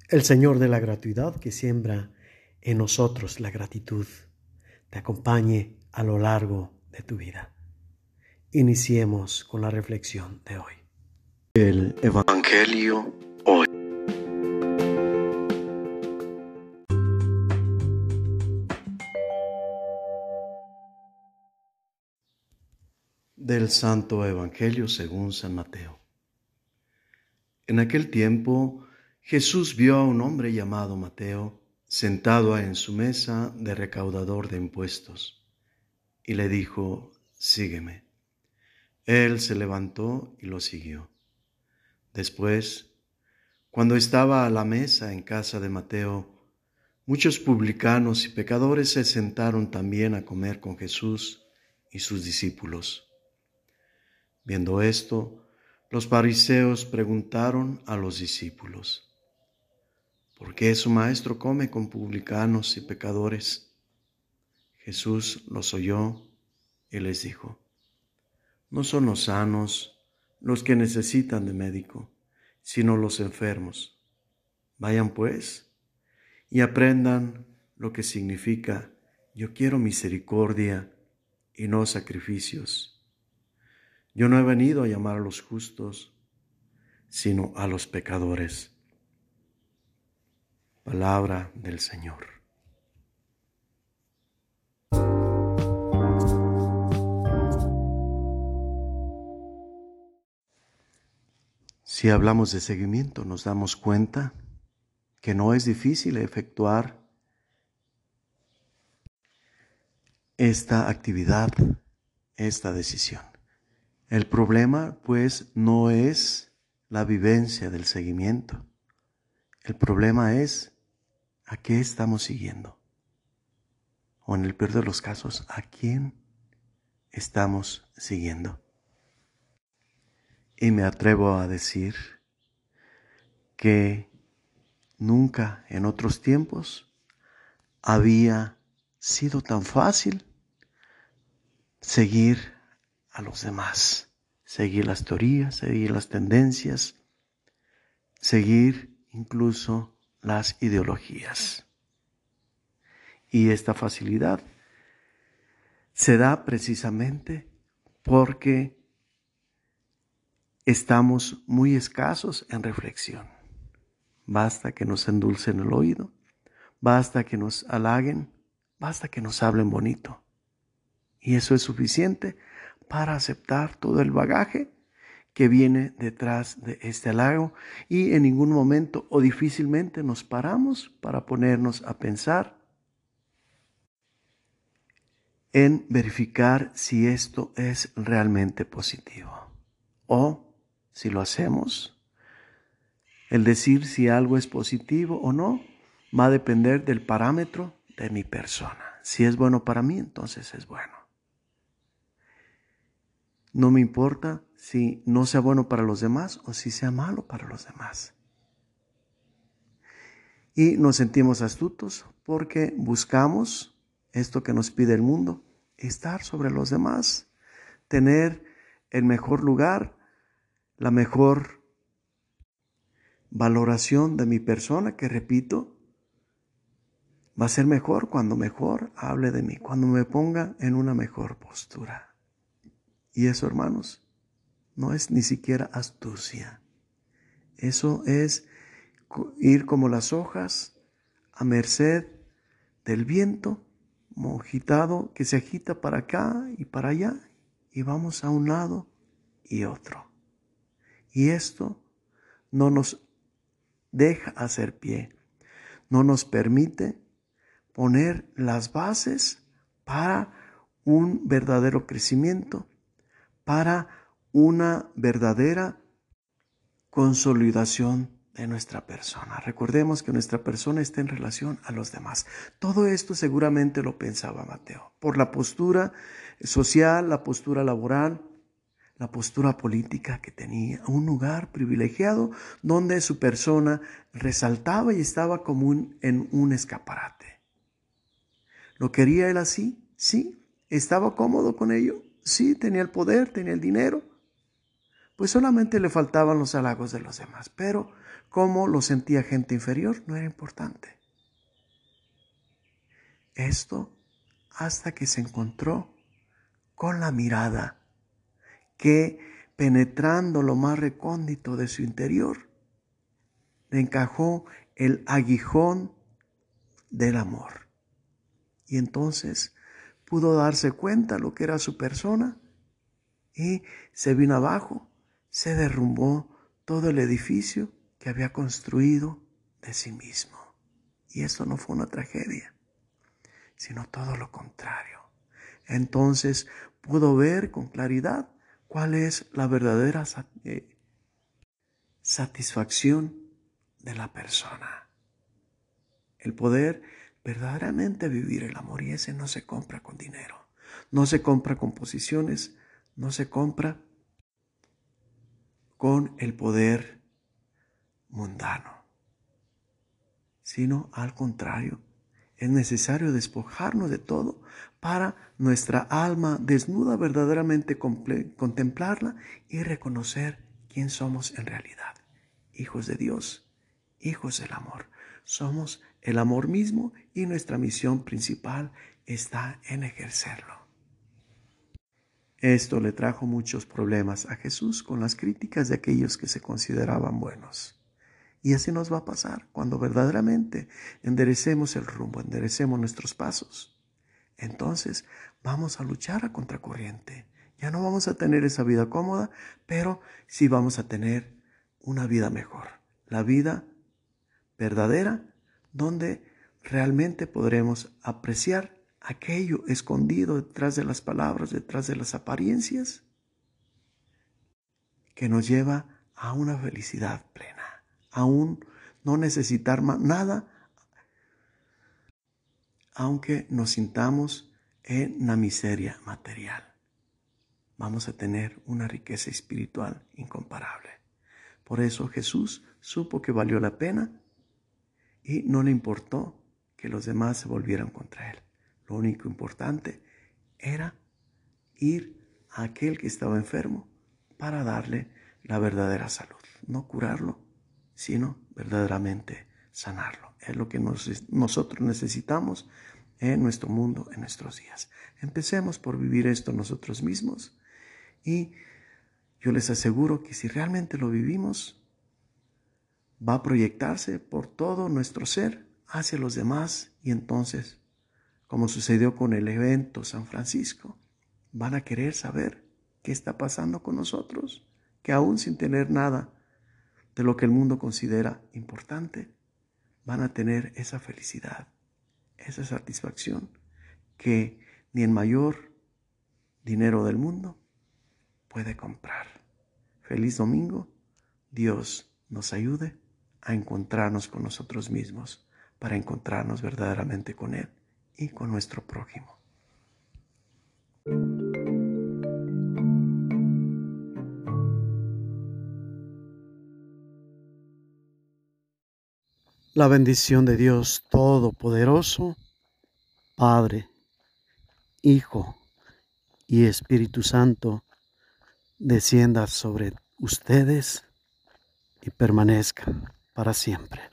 El Señor de la gratuidad que siembra en nosotros la gratitud te acompañe a lo largo de tu vida. Iniciemos con la reflexión de hoy. El Evangelio hoy. Del Santo Evangelio según San Mateo. En aquel tiempo, Jesús vio a un hombre llamado Mateo sentado en su mesa de recaudador de impuestos, y le dijo: «Sígueme». Él se levantó y lo siguió. Después, cuando estaba a la mesa en casa de Mateo, muchos publicanos y pecadores se sentaron también a comer con Jesús y sus discípulos. Viendo esto, los fariseos preguntaron a los discípulos: ¿por qué su maestro come con publicanos y pecadores? Jesús los oyó y les dijo: no son los sanos los que necesitan de médico, sino los enfermos. Vayan pues y aprendan lo que significa: yo quiero misericordia y no sacrificios. Yo no he venido a llamar a los justos, sino a los pecadores. Palabra del Señor. Si hablamos de seguimiento, nos damos cuenta que no es difícil efectuar esta actividad, esta decisión. El problema, pues, no es la vivencia del seguimiento. El problema es a qué estamos siguiendo. O en el peor de los casos, a quién estamos siguiendo. Y me atrevo a decir que nunca en otros tiempos había sido tan fácil seguir a los demás, seguir las teorías, seguir las tendencias, seguir incluso las ideologías. Y esta facilidad se da precisamente porque estamos muy escasos en reflexión. Basta que nos endulcen el oído, basta que nos halaguen, basta que nos hablen bonito. Y eso es suficiente para aceptar todo el bagaje que viene detrás de este halago, y en ningún momento o difícilmente nos paramos para ponernos a pensar en verificar si esto es realmente positivo. O, si lo hacemos, el decir si algo es positivo o no va a depender del parámetro de mi persona. Si es bueno para mí, entonces es bueno. No me importa si no sea bueno para los demás o si sea malo para los demás. Y nos sentimos astutos porque buscamos esto que nos pide el mundo: estar sobre los demás, tener el mejor lugar, la mejor valoración de mi persona, que repito, va a ser mejor cuando mejor hable de mí, cuando me ponga en una mejor postura. Y eso, hermanos, no es ni siquiera astucia. Eso es ir como las hojas a merced del viento, agitado, que se agita para acá y para allá, y vamos a un lado y otro. Y esto no nos deja hacer pie, no nos permite poner las bases para un verdadero crecimiento, para una verdadera consolidación de nuestra persona. Recordemos que nuestra persona está en relación a los demás. Todo esto seguramente lo pensaba Mateo, por la postura social, la postura laboral, la postura política que tenía, un lugar privilegiado donde su persona resaltaba y estaba como en un escaparate. ¿Lo quería él así? Sí. ¿Estaba cómodo con ello? Sí. ¿Tenía el poder? ¿Tenía el dinero? pues solamente le faltaban los halagos de los demás. Pero como lo sentía gente inferior, no era importante. Esto hasta que se encontró con la mirada que, penetrando lo más recóndito de su interior, le encajó el aguijón del amor. Y entonces pudo darse cuenta lo que era su persona y se vino abajo, se derrumbó todo el edificio que había construido de sí mismo. Y esto no fue una tragedia, sino todo lo contrario. Entonces pudo ver con claridad cuál es la verdadera satisfacción de la persona. El poder verdaderamente vivir el amor, y ese no se compra con dinero, no se compra con posiciones, no se compra con el poder mundano, sino al contrario. Es necesario despojarnos de todo para nuestra alma desnuda verdaderamente contemplarla y reconocer quién somos en realidad. Hijos de Dios, hijos del amor. Somos el amor mismo y nuestra misión principal está en ejercerlo. Esto le trajo muchos problemas a Jesús con las críticas de aquellos que se consideraban buenos. Y así nos va a pasar cuando verdaderamente enderecemos el rumbo, enderecemos nuestros pasos. Entonces vamos a luchar a contracorriente. Ya no vamos a tener esa vida cómoda, pero sí vamos a tener una vida mejor. La vida verdadera, donde realmente podremos apreciar aquello escondido detrás de las palabras, detrás de las apariencias, que nos lleva a una felicidad plena. Aún no necesitar nada, aunque nos sintamos en la miseria material. Vamos a tener una riqueza espiritual incomparable. Por eso Jesús supo que valió la pena y no le importó que los demás se volvieran contra él. Lo único importante era ir a aquel que estaba enfermo para darle la verdadera salud. No curarlo, sino verdaderamente sanarlo. Es lo que nosotros necesitamos en nuestro mundo, en nuestros días. Empecemos por vivir esto nosotros mismos y yo les aseguro que si realmente lo vivimos, va a proyectarse por todo nuestro ser hacia los demás y entonces, como sucedió con el evento San Francisco, van a querer saber qué está pasando con nosotros, que aún sin tener nada de lo que el mundo considera importante, van a tener esa felicidad, esa satisfacción que ni el mayor dinero del mundo puede comprar. Feliz domingo. Dios nos ayude a encontrarnos con nosotros mismos para encontrarnos verdaderamente con Él y con nuestro prójimo. La bendición de Dios Todopoderoso, Padre, Hijo y Espíritu Santo, descienda sobre ustedes y permanezca para siempre.